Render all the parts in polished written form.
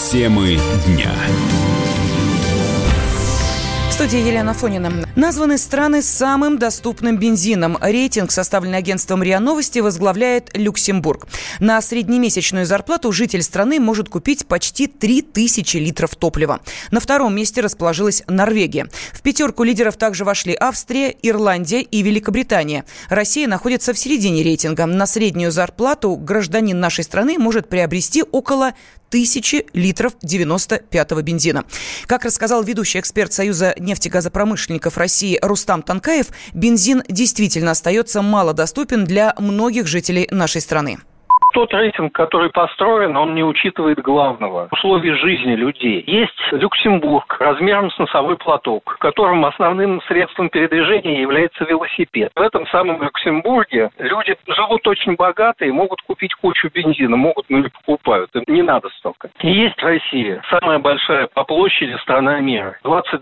Темы дня. В студии Елена Афонина. Названы страны с самым доступным бензином. Рейтинг, составленный агентством РИА Новости, возглавляет Люксембург. На среднемесячную зарплату житель страны может купить почти 3000 литров топлива. На втором месте расположилась Норвегия. В пятерку лидеров также вошли Австрия, Ирландия и Великобритания. Россия находится в середине рейтинга. На среднюю зарплату гражданин нашей страны может приобрести около 1000 литров 95-го бензина. Как рассказал ведущий эксперт Союза нефтегазопромышленников России Рустам Танкаев, бензин действительно остается малодоступен для многих жителей нашей страны. Тот рейтинг, который построен, он не учитывает главного – условий жизни людей. Есть Люксембург размером с носовой платок, в котором основным средством передвижения является велосипед. В этом самом Люксембурге люди живут очень богато и могут купить кучу бензина, могут, но не покупают, им не надо столько. И есть Россия, самая большая по площади страна мира.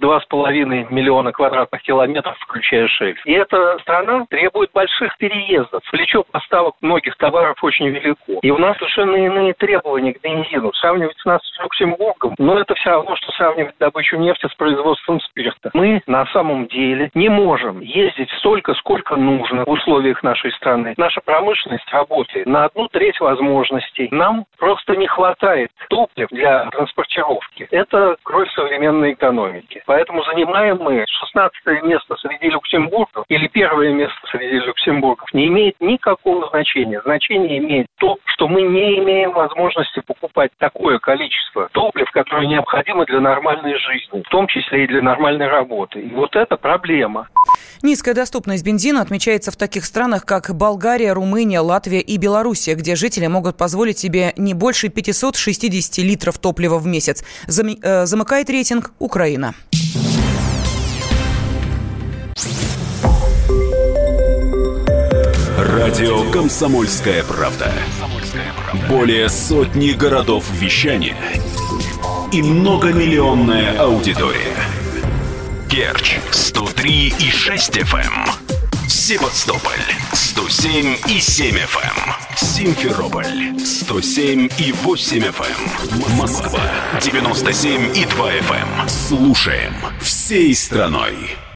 22,5 миллиона квадратных километров, включая шельф. И эта страна требует больших переездов. Плечо поставок многих товаров очень велико. И у нас совершенно иные требования к бензину. Сравнивать нас с Люксембургом, но это все равно, что сравнивать добычу нефти с производством спирта. Мы на самом деле не можем ездить столько, сколько нужно в условиях нашей страны. Наша промышленность работает на 1/3 возможностей. Нам просто не хватает топлива для транспортировки. Это кровь современной экономики. Поэтому занимаем мы 16 место среди Люксембургов или первое место среди Люксембургов не имеет никакого значения. Значение имеет то, что мы не имеем возможности покупать такое количество топлива, которое необходимо для нормальной жизни, в том числе и для нормальной работы. И вот это проблема. Низкая доступность бензина отмечается в таких странах, как Болгария, Румыния, Латвия и Белоруссия, где жители могут позволить себе не больше 560 литров топлива в месяц. Замыкает рейтинг Украина. Радио «Комсомольская правда». Более сотни городов вещания и многомиллионная аудитория. Керчь 103,6 FM, Севастополь 107,7 FM, Симферополь 107,8 FM, Москва 97,2 FM. Слушаем всей страной.